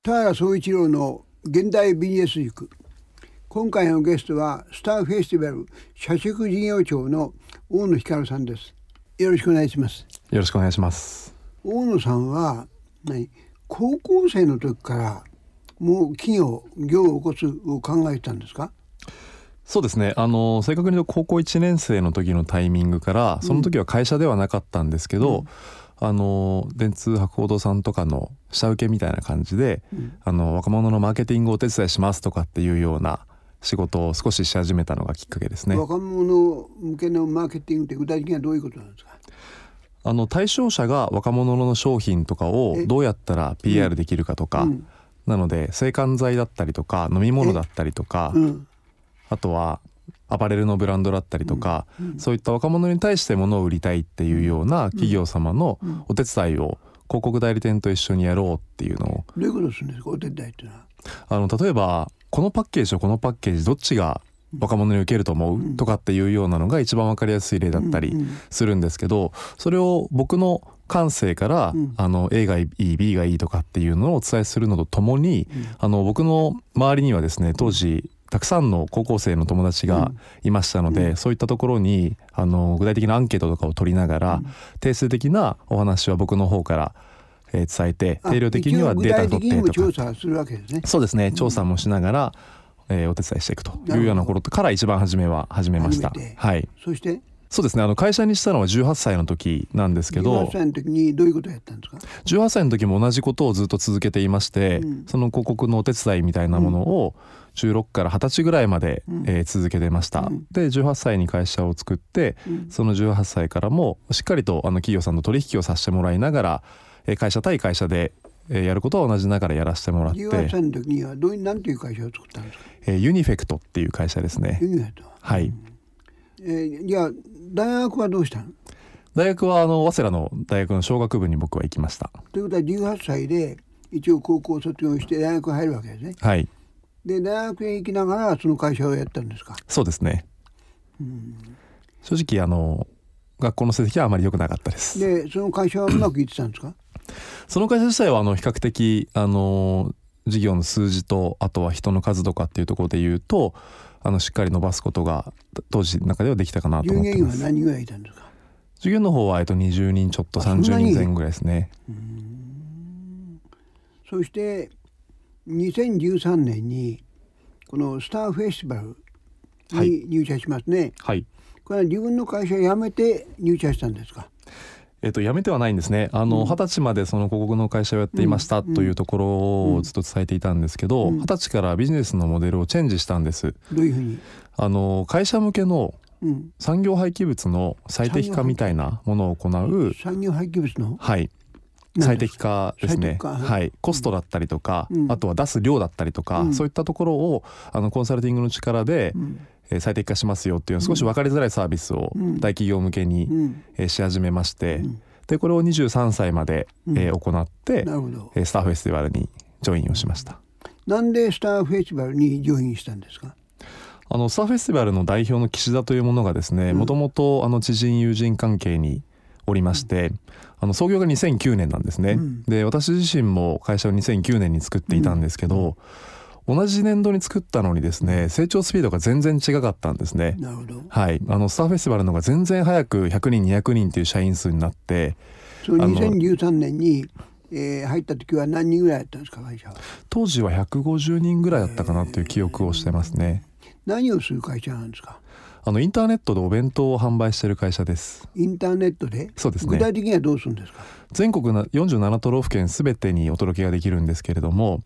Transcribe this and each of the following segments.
田原総一郎の現代ビジネス塾。今回のゲストはスターフェスティバル社食事業長の大野光さんです。よろしくお願いします。 よろしくお願いします。 大野さんは高校生の時からもう企業を起こすを考えたんですか？ そうですね、正確に言うと高校1年生の時のタイミングから、その時は会社ではなかったんですけど、電通博報堂さんとかの下請けみたいな感じで、若者のマーケティングをお手伝いしますとかっていうような仕事を少しし始めたのがきっかけですね。 若者向けのマーケティングって具体的にはどういうことなんですか？ 対象者が若者の商品とかをどうやったら PR できるかとか、なので制汗剤だったりとか飲み物だったりとか、あとはアパレルのブランドだったりとか、そういった若者に対して物を売りたいっていうような企業様のお手伝いを広告代理店と一緒にやろうっていうのを。 どういうことするんですか、お手伝いっていうのは？ 例えばこのパッケージとこのパッケージどっちが若者に受けると思うとかっていうようなのが一番わかりやすい例だったりするんですけど、それを僕の感性から、A がいい B がいいとかっていうのをお伝えするのとともに、僕の周りにはですね、当時たくさんの高校生の友達がいましたので、そういったところに具体的なアンケートとかを取りながら、定数的なお話は僕の方から伝えて、定量的にはデータを取ってとか、 調査するわけですね。 そうですね、調査もしながら、お手伝いしていくというようなことから一番初めました。はい。 そしてそうですね、会社にしたのは18歳の時なんですけど、 18歳の時にどういうことをやったんですか ？18歳の時も同じことをずっと続けていまして、その広告のお手伝いみたいなものを16から20歳ぐらいまで、続けてました。で18歳に会社を作って、その18歳からもしっかりと企業さんと取引をさせてもらいながら、会社対会社でやることは同じながらやらせてもらって。 18歳の時には何ていう会社を作ったんですか？ ユニフェクトっていう会社ですね。 ユニフェクト。 はい。 じゃあ大学はどうしたの？ 大学は早稲田の大学の商学部に僕は行きました。 ということは18歳で一応高校を卒業して大学入るわけですね。 はい。 で大学へ行きながらその会社をやったんですか？ そうですね。正直学校の成績はあまり良くなかったです。 でその会社はうまくいってたんですか？ その会社自体は比較的事業の数字と、あとは人の数とかっていうところで言うとしっかり伸ばすことが当時の中ではできたかなと思ってます。 従業員は何人ぐらいいたんですか？ 従業員の方は20人ちょっと30人前後ぐらいですね。 そして2013年にこのスターフェスティバルに入社しますね。 はい。 これは自分の会社を辞めて入社したんですか？ 辞めてはないんですね。20歳までその広告の会社をやっていましたというところをずっと伝えていたんですけど、20歳からビジネスのモデルをチェンジしたんです。 どういうふうに？ 会社向けの産業廃棄物の最適化みたいなものを行う。 産業廃棄物の？ はい。最適化ですね。はい。コストだったりとか、あとは出す量だったりとか、そういったところをコンサルティングの力で、最適化しますよっていう少し分かりづらいサービスを大企業向けに、し始めまして、でこれを23歳まで、行って、スターフェスティバルにジョインをしました。 なんでスターフェスティバルにジョインしたんですか？ スターフェスティバルの代表の岸田というものがですね、もともと知人友人関係におりまして、創業が2009年なんですね。で私自身も会社を2009年に作っていたんですけど、同じ年度に作ったのにですね、成長スピードが全然違かったんですね。 なるほど。 はい。スターフェスティバルの方が全然早く100人200人という社員数になって、 その2013年に、入った時は何人ぐらいだったんですか、会社は？ 当時は150人ぐらいだったかなという記憶をしてますね。 何をする会社なんですか？ インターネットでお弁当を販売している会社です。 インターネットで？ そうですね。 具体的にはどうするんですか？ 全国の47都道府県すべてにお届けができるんですけれども、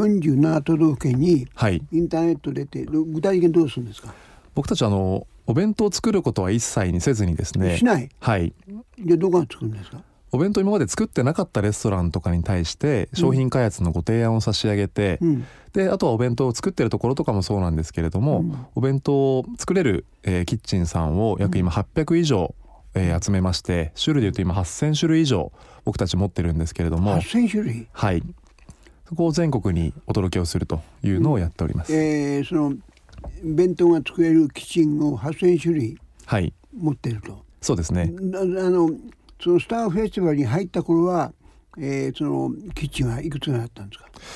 47都道府県にインターネットでって具体的にどうするんですか？ 僕たちお弁当を作ることは一切にせずにですね。 しない？ はい。 じゃあどこが作るんですか？ お弁当今まで作ってなかったレストランとかに対して商品開発のご提案を差し上げて、であとはお弁当を作ってるところとかもそうなんですけれども、お弁当を作れる、キッチンさんを約今800以上、集めまして、種類でいうと今8000種類以上僕たち持ってるんですけれども、 8000種類？ はい。そこを全国にお届けをするというのをやっております。 その弁当が作れるキッチンを8000種類持っていると。 そうですね。 そのスターフェスティバルに入った頃は、そのキッチンはいくつがあったんですか？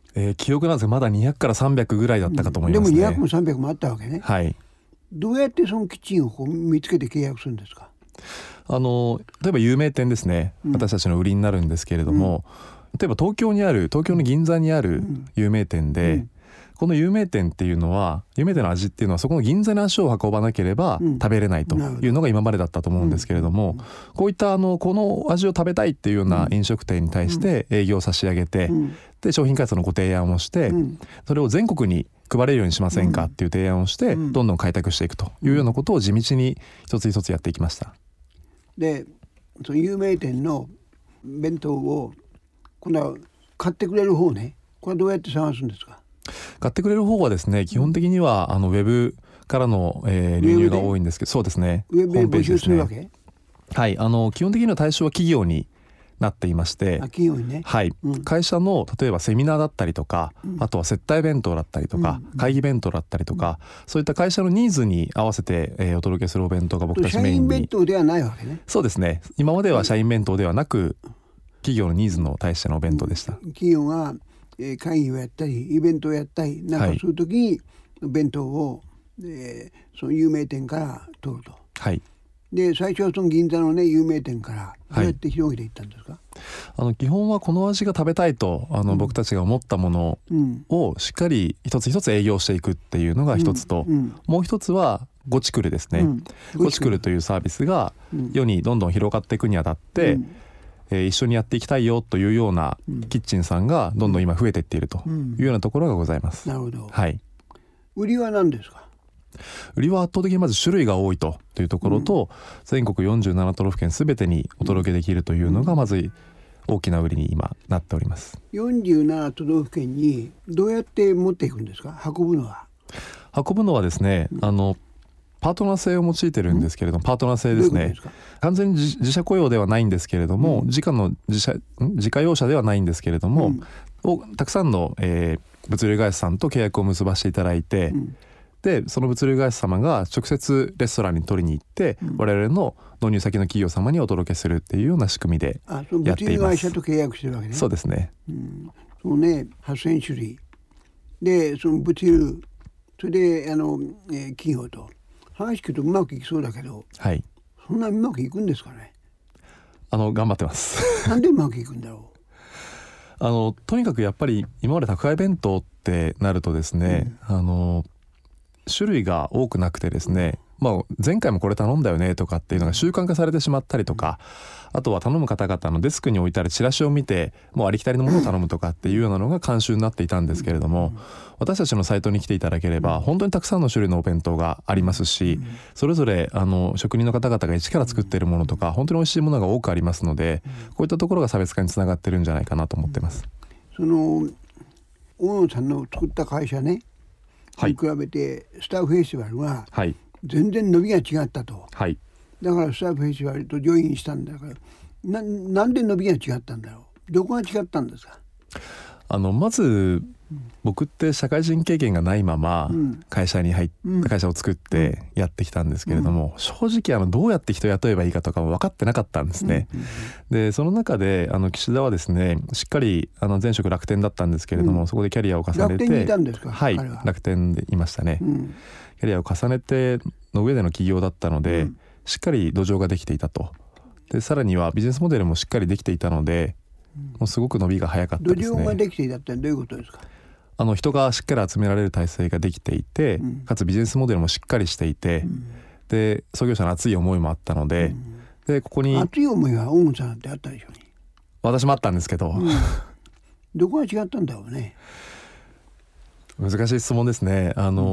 記憶なんですがまだ200から300ぐらいだったかと思いますね。 でも200も300もあったわけね。 はい。 どうやってそのキッチンをこう見つけて契約するんですか？ 例えば有名店ですね、私たちの売りになるんですけれども、例えば東京の銀座にある有名店で、この有名店っていうのは有名店の味っていうのはそこの銀座に足を運ばなければ食べれないというのが今までだったと思うんですけれども、こういったこの味を食べたいっていうような飲食店に対して営業を差し上げて、で商品開発のご提案をして、それを全国に配れるようにしませんかっていう提案をして、どんどん開拓していくというようなことを地道に一つ一つやっていきました。 でその有名店の弁当を今度は買ってくれる方ね、これはどうやって探すんですか？ 買ってくれる方はですね、基本的にはウェブからの、流入が多いんですけど、そうですね、 ウェブで募集するわけ？ はい、基本的には対象は企業になっていまして、 企業にね、 はい、会社の例えばセミナーだったりとか、あとは接待弁当だったりとか、会議弁当だったりとか、そういった会社のニーズに合わせて、お届けするお弁当が僕たちメインに。 社員弁当ではないわけね。 そうですね、今までは社員弁当ではなく、企業のニーズの対してのお弁当でした。 企業が会議をやったりイベントをやったりなんかするときに弁当を、その有名店から取ると。 はい。 で最初はその銀座のね有名店からどうやって広げていったんですか？ 基本はこの味が食べたいと僕たちが思ったものをしっかり一つ一つ営業していくっていうのが一つと、もう一つはゴチクルですね、ゴチクルというサービスが世にどんどん広がっていくにあたって、一緒にやっていきたいよというようなキッチンさんがどんどん今増えていっているというようなところがございます。 なるほど。 はい。 売りは何ですか？ 売りは圧倒的にまず種類が多いというところと、全国47都道府県すべてにお届けできるというのがまず大きな売りに今なっております。 47都道府県にどうやって持っていくんですか？運ぶのはですね、パートナー制を用いてるんですけれども、パートナー制ですね。完全に自社雇用ではないんですけれども、自家用車ではないんですけれども、たくさんの、物流会社さんと契約を結ばせていただいて、でその物流会社様が直接レストランに取りに行って、我々の納入先の企業様にお届けするっていうような仕組みでやっています。 物流会社と契約してるわけね。 そうですね。 そのね8000種類でその物流、それで企業と話聞くとうまくいきそうだけど、 はい、 そんなうまくいくんですかね？ 頑張ってますなんでうまくいくんだろう。とにかくやっぱり今まで宅配弁当ってなるとですね、種類が多くなくてですね、前回もこれ頼んだよねとかっていうのが習慣化されてしまったりとか、あとは頼む方々のデスクに置いてあるチラシを見てもうありきたりのものを頼むとかっていうようなのが慣習になっていたんですけれども、私たちのサイトに来ていただければ本当にたくさんの種類のお弁当がありますし、それぞれ職人の方々が一から作っているものとか本当に美味しいものが多くありますので、こういったところが差別化につながってるんじゃないかなと思ってます。 その大野さんの作った会社ね、に比べてスターフェスティバルは全然伸びが違ったと、 はい、 だからスターフェスティバルとジョインしたんだから、なんで伸びが違ったんだろう？どこが違ったんですか？ まず僕って社会人経験がないまま会社に入って、会社を作ってやってきたんですけれども、正直どうやって人を雇えばいいかとかも分かってなかったんですね。でその中で岸田はですね、しっかり前職楽天だったんですけれども、そこでキャリアを重ねて、 楽天にいたんですか？ はい、楽天でいましたね。キャリアを重ねての上での起業だったので、しっかり土壌ができていたと。でさらにはビジネスモデルもしっかりできていたので、もうすごく伸びが早かったですね。 土壌ができていたってどういうことですか？ 人がしっかり集められる体制ができていて、かつビジネスモデルもしっかりしていて、で創業者の熱い思いもあったので、でここに熱い思いは大野さんってあったでしょうね。 私もあったんですけど、 どこが違ったんだろうね。 難しい質問ですね。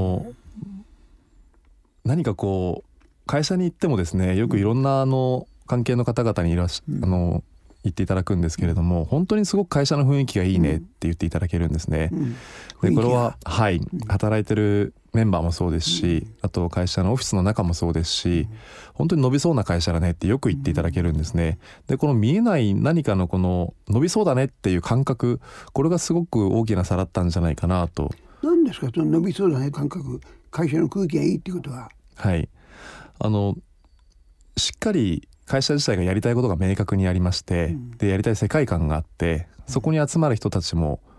何かこう会社に行ってもですね、よくいろんな関係の方々に言っていただくんですけれども、本当にすごく会社の雰囲気がいいねって言っていただけるんですね。でこれは、はい、働いてるメンバーもそうですし、あと会社のオフィスの中もそうですし、本当に伸びそうな会社だねってよく言っていただけるんですね。でこの見えない何かのこの伸びそうだねっていう感覚、これがすごく大きな差だったんじゃないかなと。 何ですかその伸びそうだね感覚？会社の空気がいいってことは。 はい、しっかり会社自体がやりたいことが明確にありまして、でやりたい世界観があって、そこに集まる人たちも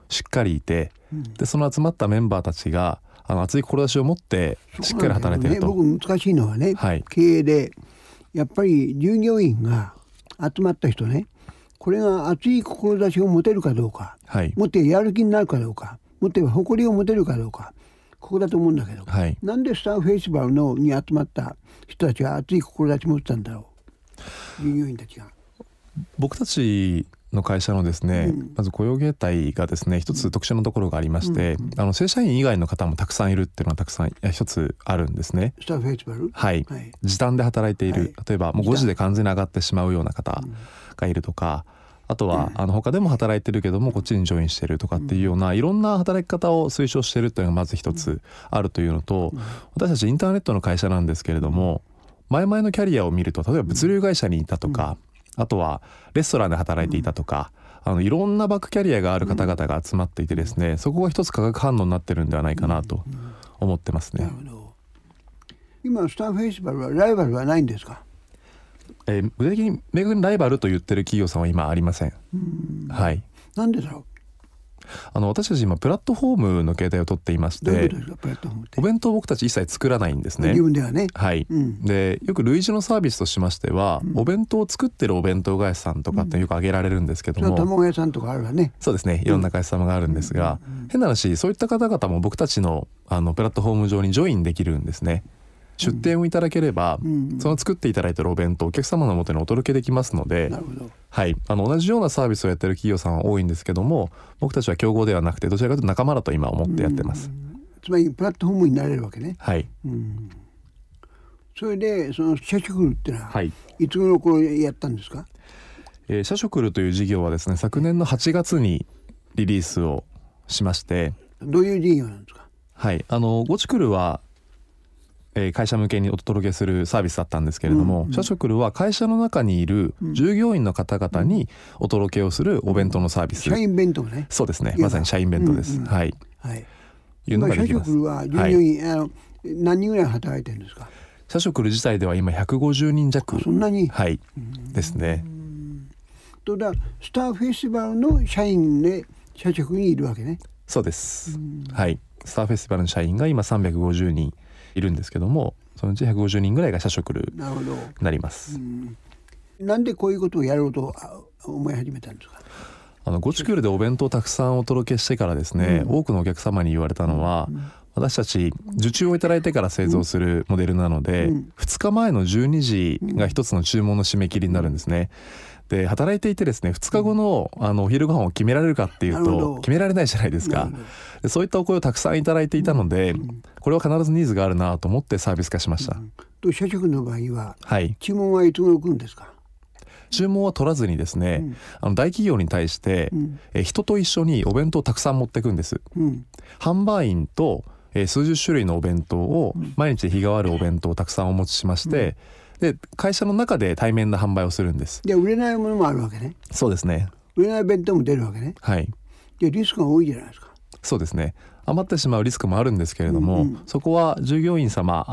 しっかりいて、でその集まったメンバーたちが熱い志を持ってしっかり働いていると。 僕難しいのはね、 はい、 経営でやっぱり従業員が集まった人ね、これが熱い志を持てるかどうか、 はい、 持ってやる気になるかどうか、持って誇りを持てるかどうか、ここだと思うんだけど、 はい、 なんでスターフェスティバルに集まった人たちが熱い志を持ってたんだろう、従業員たちが。 僕たちの会社のですね、まず雇用形態がですね一つ特殊なところがありまして、正社員以外の方もたくさんいるっていうのはたくさん一つあるんですね。 スターフェスティバル、 はい、時短で働いている、例えばもう5時で完全に上がってしまうような方がいるとか、あとは他でも働いてるけどもこっちにジョインしてるとかっていうようないろんな働き方を推奨してるというのがまず一つあるというのと、私たちインターネットの会社なんですけれども、前々のキャリアを見ると例えば物流会社にいたとか、あとはレストランで働いていたとか、いろんなバックキャリアがある方々が集まっていてですね、そこが一つ化学反応になってるんではないかなと思ってますね。 なるほど。今スターフェスティバルはライバルはないんですか？ 具体的に明確にライバルと言ってる企業さんは今ありません。はい。 なんでだろう。 私たち今プラットフォームの形態を取っていまして、 どういうことですか、プラットフォームって。 お弁当を僕たち一切作らないんですね。 自分ではね。 はい、でよく類似のサービスとしましては、お弁当を作ってるお弁当会社さんとかってよく挙げられるんですけども、 卵屋さんとかあるわね。 そうですね、いろんな会社様があるんですが、変な話そういった方々も僕たちのプラットフォーム上にジョインできるんですね。出店をいただければ、その作っていただいているお弁当をお客様の元にお届けできますので、 なるほど。 はい、同じようなサービスをやっている企業さんは多いんですけども、僕たちは競合ではなくてどちらかというと仲間だと今思ってやってます。 つまりプラットフォームになれるわけね。 はい、 それでその社食ってのは、 はい、 いつ頃これやったんですか？ 社食という事業はですね、昨年の8月にリリースをしまして、 どういう事業なんですか？ はい、ゴチクルは会社向けにお届けするサービスだったんですけれども、社食は会社の中にいる従業員の方々にお届けをするお弁当のサービス、 社員弁当ね。 そうですね、まさに社員弁当です。はい、いうのができます。 社食は従業員、何人ぐらい働いてるんですか？ 社食自体では今150人弱。 そんなに？ はい、ですね。 とだスターフェスティバルの社員で社食にいるわけね。 そうです。はい、スターフェスティバルの社員が今350人いるんですけども、そのうち150人ぐらいが社食になります。 なんでこういうことをやろうと思い始めたんですか？ ゴチクルでお弁当をたくさんお届けしてからですね、多くのお客様に言われたのは、私たち受注をいただいてから製造するモデルなので、2日前の12時が一つの注文の締め切りになるんですね。で働いていてですね、2日後のお昼ご飯を決められるかっていうと決められないじゃないですか。でそういったお声をたくさんいただいていたので、これは必ずニーズがあるなと思ってサービス化しました。 と社食の場合は、 はい、 注文はいつ頃来るんですか？ 注文は取らずにですね、大企業に対して、人と一緒にお弁当をたくさん持っていくんです。販売員と、数十種類のお弁当を、毎日日替わるお弁当をたくさんお持ちしまして、で会社の中で対面で販売をするんです。 で売れないものもあるわけね。 そうですね。 売れない弁当も出るわけね。 はい。 でリスクが多いじゃないですか。 そうですね。余ってしまうリスクもあるんですけれども、そこは従業員様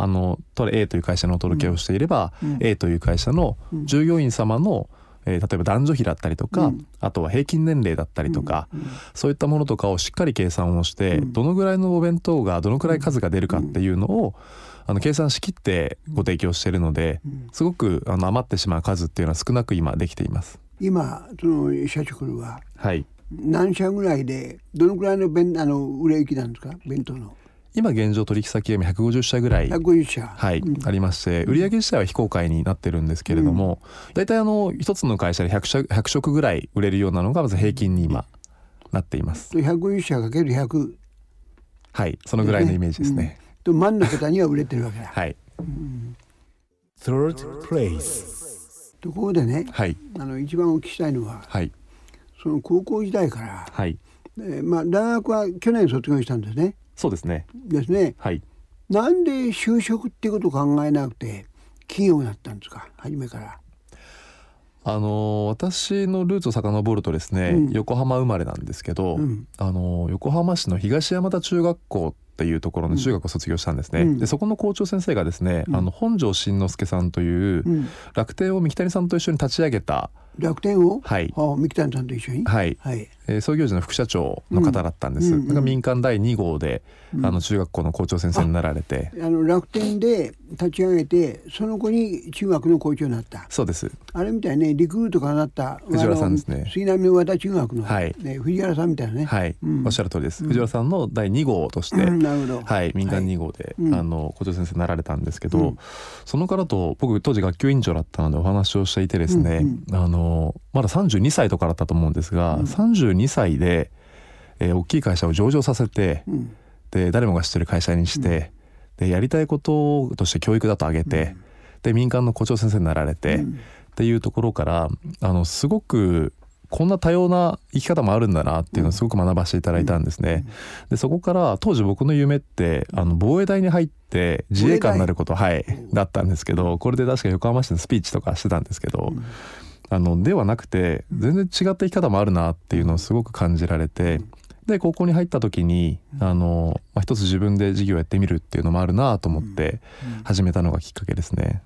A という会社のお届けをしていれば、A という会社の従業員様の、例えば男女比だったりとか、あとは平均年齢だったりとか、そういったものとかをしっかり計算をして、どのぐらいのお弁当がどのくらい数が出るかっていうのを計算しきってご提供しているので、すごく余ってしまう数っていうのは少なく今できています。 今その社食は、 はい、 何社ぐらいでどのくらいの売れ行きなんですか？弁当の今現状取引先は150社ぐらい、 150社、 はい、ありまして、売上自体は非公開になってるんですけれども、だいたい一つの会社で100食ぐらい売れるようなのがまず平均に今なっています。 150社かける100、 はい、そのぐらいのイメージですね。 と万の方には売れてるわけだ。 はい。 Third place。 ところでね、 はい、 一番お聞きしたいのは、 はい、 その高校時代から、 はい、 大学は去年卒業したんですね。 そうですね。 ですね。 はい。 なんで就職っていうことを考えなくて企業になったんですか？初めから。 私のルーツを遡るとですね、横浜生まれなんですけど、横浜市の東山田中学校っていうところの中学を卒業したんですね。でそこの校長先生がですね、本庄慎之介さんという、楽天を三木谷さんと一緒に立ち上げた楽天を、 はい、 三木谷さんと一緒に、 はい、 はい、 創業時の副社長の方だったんです、が民間第2号で、中学校の校長先生になられて、 楽天で立ち上げてその後に中学の校長になった。 そうです。 あれみたいね、リクルートからなった藤原さんですね。 杉並の和田中学の、 はい、 藤原さんみたいなね、 はい、おっしゃる通りです、藤原さんの第2号として、 なるほど、 はい、民間2号で、校長先生になられたんですけど、そのからと僕当時学級委員長だったのでお話をしていてですね、まだ32歳とかだったと思うんですが、32歳で、大きい会社を上場させて、で誰もが知ってる会社にして、でやりたいこととして教育だと挙げて、で民間の校長先生になられて、っていうところからすごくこんな多様な生き方もあるんだなっていうのをすごく学ばせていただいたんですね。でそこから当時僕の夢って防衛大に入って自衛官になること、はい、だったんですけど、これで確か横浜市のスピーチとかしてたんですけど、ではなくて全然違った生き方もあるなっていうのをすごく感じられて、で高校に入った時に一つ自分で事業やってみるっていうのもあるなと思って始めたのがきっかけですね。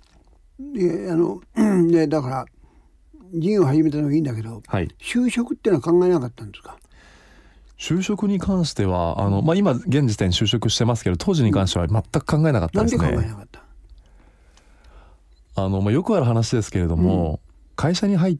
でだから事業を始めたのがいいんだけど、 はい、 就職っていうのは考えなかったんですか？ 就職に関しては今現時点就職してますけど、当時に関しては全く考えなかったですね。 なんで考えなかった？ よくある話ですけれども、会社に入って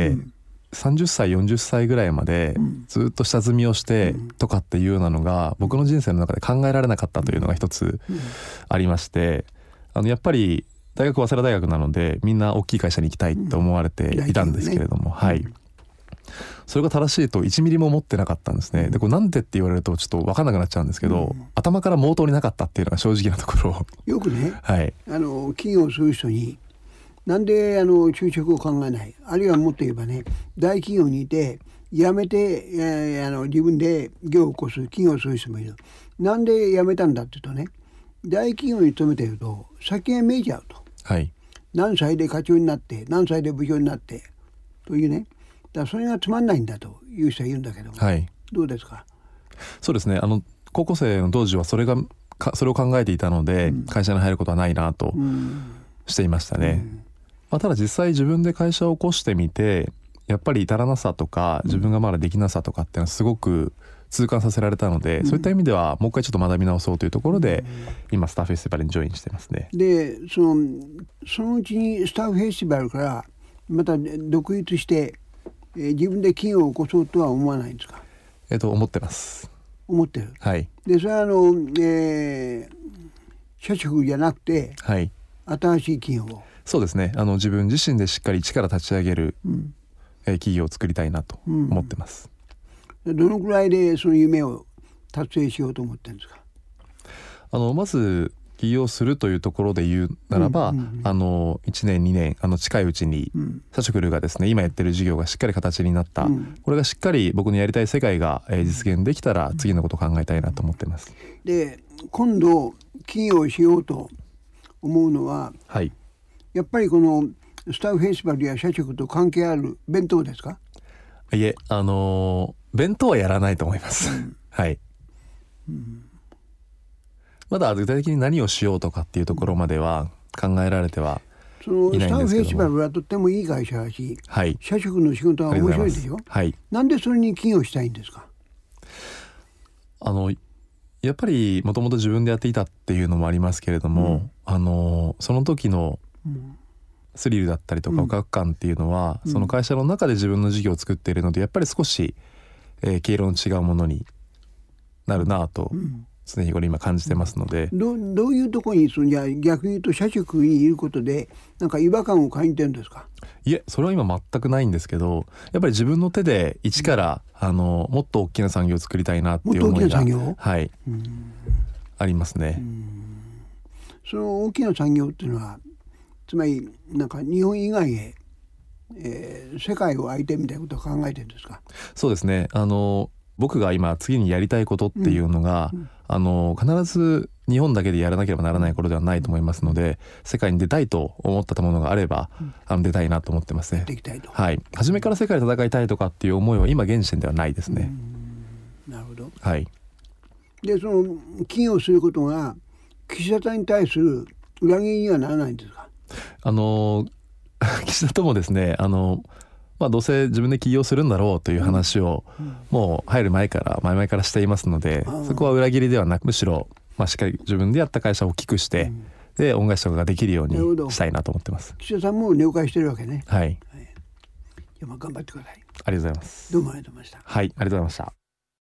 、30歳40歳ぐらいまでずっと下積みをしてとかっていうようなのが僕の人生の中で考えられなかったというのが一つありまして、やっぱり大学早稲田大学なのでみんな大きい会社に行きたいと思われていたんですけれども、はい、それが正しいと1ミリも思ってなかったんですね。でこれなんでって言われるとちょっと分かんなくなっちゃうんですけど、頭から毛頭になかったっていうのが正直なところ。 よくね、 はい、 企業をする人になんで就職を考えない、あるいはもっと言えばね、大企業にいて辞めて、自分で業を起こす企業をする人もいる。なんで辞めたんだって言うとね、大企業に勤めていると先が見えちゃうと、 はい、 何歳で課長になって何歳で部長になってというね、だからそれがつまんないんだという人は言うんだけど、 はい、 どうですか？ そうですね、高校生の当時はそれを考えていたので、会社に入ることはないなとしていましたね。ただ実際自分で会社を起こしてみて、やっぱり至らなさとか自分がまだできなさとかっていうのはすごく痛感させられたので、そういった意味ではもう一回ちょっと学び直そうというところで、今スターフェスティバルにジョインしてますね。 でそのうちにスターフェスティバルからまた独立して、自分で企業を起こそうとは思わないんですか？ 思ってます。 思ってる。 はい。 でそれは社食じゃなくて、 はい、 新しい企業を。 そうですね、自分自身でしっかり一から立ち上げる、企業を作りたいなと思ってます。 どのくらいでその夢を達成しようと思ってるんですか？ まず起業するというところで言うならば、1年2年近いうちに社食がですね、今やってる事業がしっかり形になった、これがしっかり僕のやりたい世界が実現できたら次のことを考えたいなと思ってます。 で今度起業しようと思うのは、 はい、 やっぱりこのスターフェスティバルや社食と関係ある弁当ですか？ いえ、弁当はやらないと思います。はい、まだ具体的に何をしようとかっていうところまでは考えられてはいないんですけども、 スターフェスティバルはとってもいい会社だし、 はい、 社食の仕事は面白いでしょ。 はい、 なんでそれに起業したいんですか？ やっぱりもともと自分でやっていたっていうのもありますけれども、その時のスリルだったりとかワクワク感っていうのは、その会社の中で自分の事業を作っているのでやっぱり少し、毛色の違うものになるなと常日頃今感じてますので、 どういうところにじゃあ逆に言うと社食にいることでなんか違和感を感じてるんですか？ いえ、それは今全くないんですけど、やっぱり自分の手で一から、もっと大きな産業を作りたいなっていう思いが、はい、ありますね。 その大きな産業っていうのはつまりなんか日本以外へ、世界を相手みたいなことを考えてるんですか？そうですね、 僕が今次にやりたいことっていうのが、必ず日本だけでやらなければならないことではないと思いますので、世界に出たいと思ったものがあれば、出たいなと思ってますね。 できたいと、 はい、初めから世界で戦いたいとかっていう思いは今現時点ではないですね。 なるほど。 はい、 でその起業することが岸田さんに対する裏切りにはならないんですか？ 岸田ともですねどうせ自分で起業するんだろうという話をもう入る前からしていますので、そこは裏切りではなく、むしろしっかり自分でやった会社を大きくして、で恩返しとかができるようにしたいなと思ってます。 岸田さんも了解してるわけね。 はい、 じゃあ頑張ってください。 ありがとうございます。 どうもありがとうございました。 はい、ありがとうございました。